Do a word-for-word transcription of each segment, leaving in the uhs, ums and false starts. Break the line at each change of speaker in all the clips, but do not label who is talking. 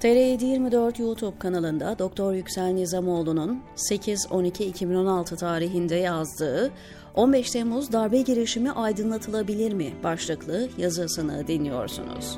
T R yedi yirmi dört YouTube kanalında Doktor Yüksel Nizamoğlu'nun sekiz on iki iki bin on altı tarihinde yazdığı on beş Temmuz darbe girişimi aydınlatılabilir mi başlıklı yazısını dinliyorsunuz.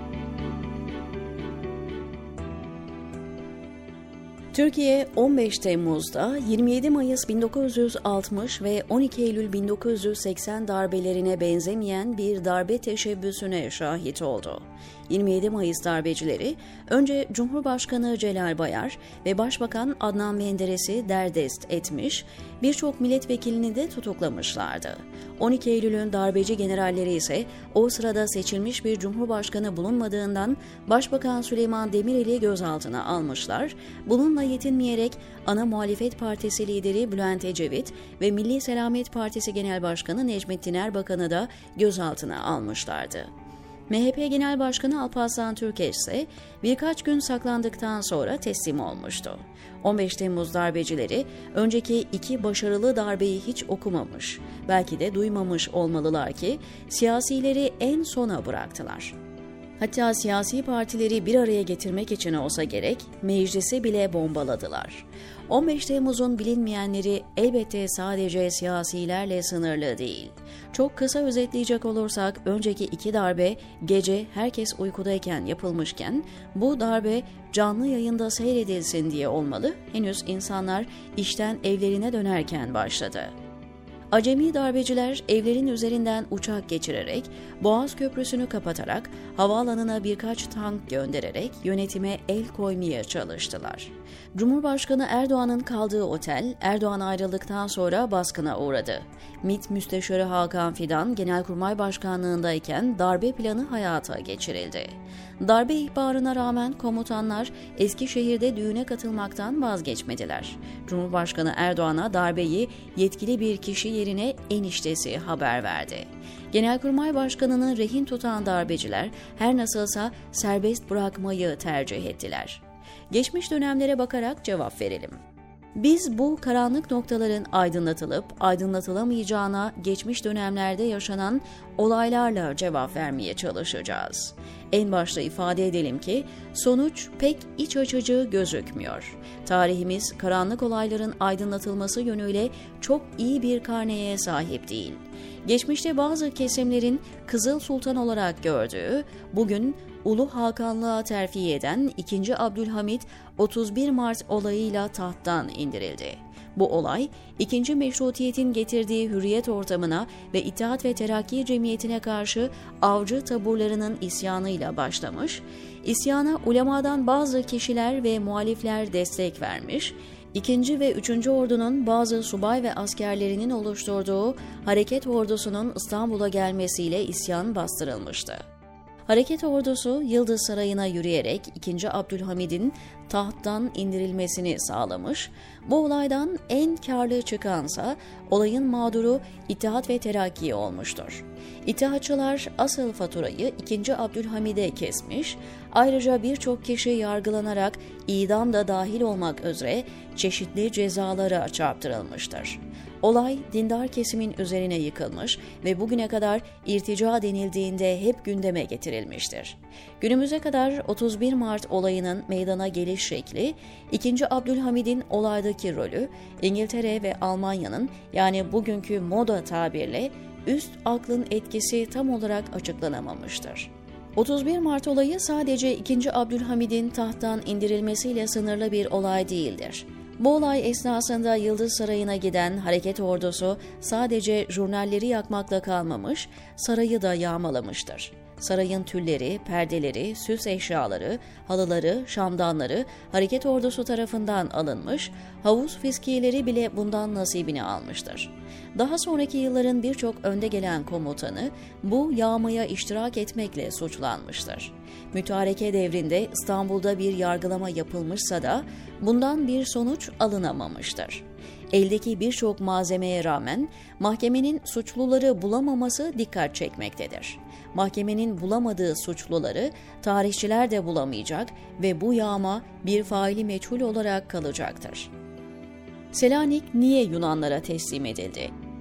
Türkiye on beş Temmuz'da yirmi yedi Mayıs bin dokuz yüz altmış ve on iki Eylül bin dokuz yüz seksen darbelerine benzemeyen bir darbe teşebbüsüne şahit oldu. yirmi yedi Mayıs darbecileri önce Cumhurbaşkanı Celal Bayar ve Başbakan Adnan Menderes'i derdest etmiş, birçok milletvekilini de tutuklamışlardı. on iki Eylül'ün darbeci generalleri ise o sırada seçilmiş bir cumhurbaşkanı bulunmadığından Başbakan Süleyman Demirel'i gözaltına almışlar. Bununla yetinmeyerek ana muhalefet partisi lideri Bülent Ecevit ve Milli Selamet Partisi Genel Başkanı Necmettin Erbakan'ı da gözaltına almışlardı. M H P Genel Başkanı Alparslan Türkeş ise birkaç gün saklandıktan sonra teslim olmuştu. on beş Temmuz darbecileri önceki iki başarılı darbeyi hiç okumamış, belki de duymamış olmalılar ki siyasileri en sona bıraktılar. Hatta siyasi partileri bir araya getirmek için olsa gerek meclisi bile bombaladılar. on beş Temmuz'un bilinmeyenleri elbette sadece siyasilerle sınırlı değil. Çok kısa özetleyecek olursak önceki iki darbe gece herkes uykudayken yapılmışken bu darbe canlı yayında seyredilsin diye olmalı, henüz insanlar işten evlerine dönerken başladı. Acemi darbeciler evlerin üzerinden uçak geçirerek, Boğaz Köprüsü'nü kapatarak, havaalanına birkaç tank göndererek yönetime el koymaya çalıştılar. Cumhurbaşkanı Erdoğan'ın kaldığı otel, Erdoğan ayrıldıktan sonra baskına uğradı. MİT Müsteşarı Hakan Fidan, Genelkurmay Başkanlığındayken darbe planı hayata geçirildi. Darbe ihbarına rağmen komutanlar Eskişehir'de düğüne katılmaktan vazgeçmediler. Cumhurbaşkanı Erdoğan'a darbeyi yetkili bir kişi yerine eniştesi haber verdi. Genelkurmay Başkanı'nı rehin tutan darbeciler her nasılsa serbest bırakmayı tercih ettiler. Geçmiş dönemlere bakarak cevap verelim. Biz bu karanlık noktaların aydınlatılıp aydınlatılamayacağına geçmiş dönemlerde yaşanan olaylarla cevap vermeye çalışacağız. En başta ifade edelim ki sonuç pek iç açıcı gözükmüyor. Tarihimiz karanlık olayların aydınlatılması yönüyle çok iyi bir karneye sahip değil. Geçmişte bazı kesimlerin Kızıl Sultan olarak gördüğü, bugün Ulu Hakanlığa terfi eden ikinci. Abdülhamit otuz bir Mart olayıyla tahttan indirildi. Bu olay, ikinci. Meşrutiyet'in getirdiği hürriyet ortamına ve İttihat ve Terakki Cemiyeti'ne karşı avcı taburlarının isyanıyla başlamış, isyana ulemadan bazı kişiler ve muhalifler destek vermiş, İkinci ve üçüncü Ordu'nun bazı subay ve askerlerinin oluşturduğu Hareket Ordusu'nun İstanbul'a gelmesiyle isyan bastırılmıştı. Hareket Ordusu Yıldız Sarayı'na yürüyerek ikinci. Abdülhamid'in tahttan indirilmesini sağlamış. Bu olaydan en karlı çıkansa olayın mağduru İttihat ve Terakki olmuştur. İttihatçılar asıl faturayı ikinci. Abdülhamid'e kesmiş, ayrıca birçok kişi yargılanarak idam da dahil olmak üzere çeşitli cezalara çarptırılmıştır. Olay dindar kesimin üzerine yıkılmış ve bugüne kadar irtica denildiğinde hep gündeme getirilmiştir. Günümüze kadar otuz bir Mart olayının meydana geliş şekli, ikinci. Abdülhamid'in olaydaki rolü, İngiltere ve Almanya'nın yani bugünkü moda tabirle üst aklın etkisi tam olarak açıklanamamıştır. otuz bir Mart olayı sadece ikinci. Abdülhamid'in tahttan indirilmesiyle sınırlı bir olay değildir. Bu olay esnasında Yıldız Sarayı'na giden Hareket Ordusu sadece jurnalleri yakmakla kalmamış, sarayı da yağmalamıştır. Sarayın tülleri, perdeleri, süs eşyaları, halıları, şamdanları Hareket Ordusu tarafından alınmış, havuz fiskiyeleri bile bundan nasibini almıştır. Daha sonraki yılların birçok önde gelen komutanı bu yağmaya iştirak etmekle suçlanmıştır. Mütareke devrinde İstanbul'da bir yargılama yapılmışsa da bundan bir sonuç alınamamıştır. Eldeki birçok malzemeye rağmen mahkemenin suçluları bulamaması dikkat çekmektedir. Mahkemenin bulamadığı suçluları tarihçiler de bulamayacak ve bu yağma bir faili meçhul olarak kalacaktır. Selanik niye Yunanlara teslim edildi?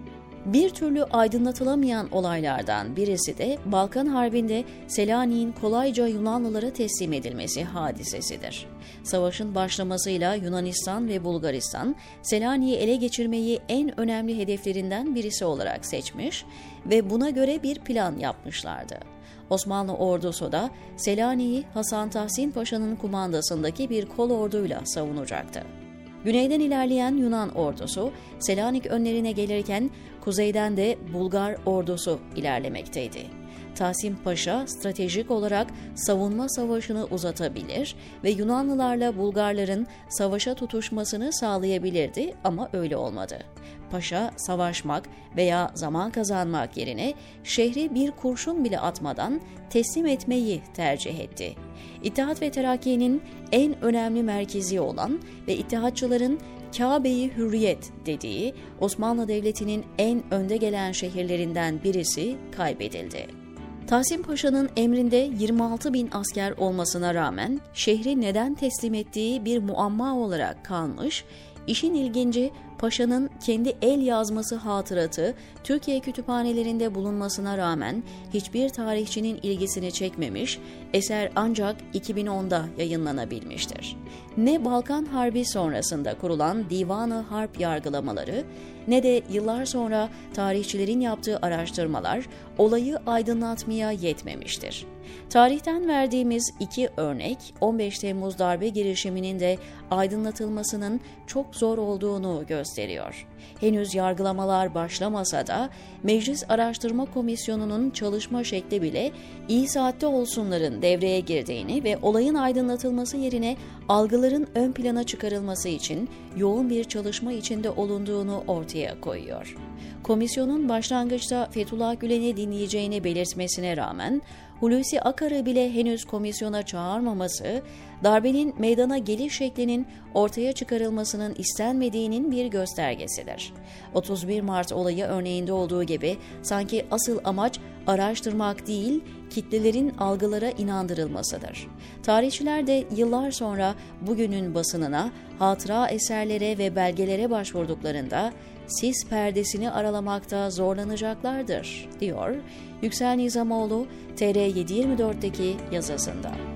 Bir türlü aydınlatılamayan olaylardan birisi de Balkan Harbi'nde Selanik'in kolayca Yunanlılara teslim edilmesi hadisesidir. Savaşın başlamasıyla Yunanistan ve Bulgaristan, Selanik'i ele geçirmeyi en önemli hedeflerinden birisi olarak seçmiş ve buna göre bir plan yapmışlardı. Osmanlı ordusu da Selanik'i Hasan Tahsin Paşa'nın kumandasındaki bir kol orduyla savunacaktı. Güneyden ilerleyen Yunan ordusu Selanik önlerine gelirken kuzeyden de Bulgar ordusu ilerlemekteydi. Tahsin Paşa stratejik olarak savunma savaşını uzatabilir ve Yunanlılarla Bulgarların savaşa tutuşmasını sağlayabilirdi ama öyle olmadı. Paşa savaşmak veya zaman kazanmak yerine şehri bir kurşun bile atmadan teslim etmeyi tercih etti. İttihat ve Terakki'nin en önemli merkezi olan ve İttihatçıların Kabe-i Hürriyet dediği Osmanlı Devleti'nin en önde gelen şehirlerinden birisi kaybedildi. Tahsin Paşa'nın emrinde yirmi altı bin asker olmasına rağmen şehri neden teslim ettiği bir muamma olarak kalmış, işin ilginci Paşa'nın kendi el yazması hatıratı Türkiye kütüphanelerinde bulunmasına rağmen hiçbir tarihçinin ilgisini çekmemiş, eser ancak iki bin onda yayınlanabilmiştir. Ne Balkan Harbi sonrasında kurulan Divan-ı Harp yargılamaları ne de yıllar sonra tarihçilerin yaptığı araştırmalar olayı aydınlatmaya yetmemiştir. Tarihten verdiğimiz iki örnek on beş Temmuz darbe girişiminin de aydınlatılmasının çok zor olduğunu gösteriyor. Henüz yargılamalar başlamasa da Meclis Araştırma Komisyonu'nun çalışma şekli bile iyi saatte olsunların devreye girdiğini ve olayın aydınlatılması yerine algıların ön plana çıkarılması için yoğun bir çalışma içinde olunduğunu ortaya koyuyor. Komisyonun başlangıçta Fethullah Gülen'i dinleyeceğini belirtmesine rağmen Hulusi Akar'ı bile henüz komisyona çağırmaması, darbenin meydana geliş şeklinin ortaya çıkarılmasının istenmediğinin bir göstergesidir. otuz bir Mart olayı örneğinde olduğu gibi sanki asıl amaç araştırmak değil, kitlelerin algılara inandırılmasıdır. Tarihçiler de yıllar sonra bugünün basınına, hatıra eserlere ve belgelere başvurduklarında sis perdesini aralamakta zorlanacaklardır, diyor Yüksel Nizamoğlu T R yedi yüz yirmi dört'teki yazısında.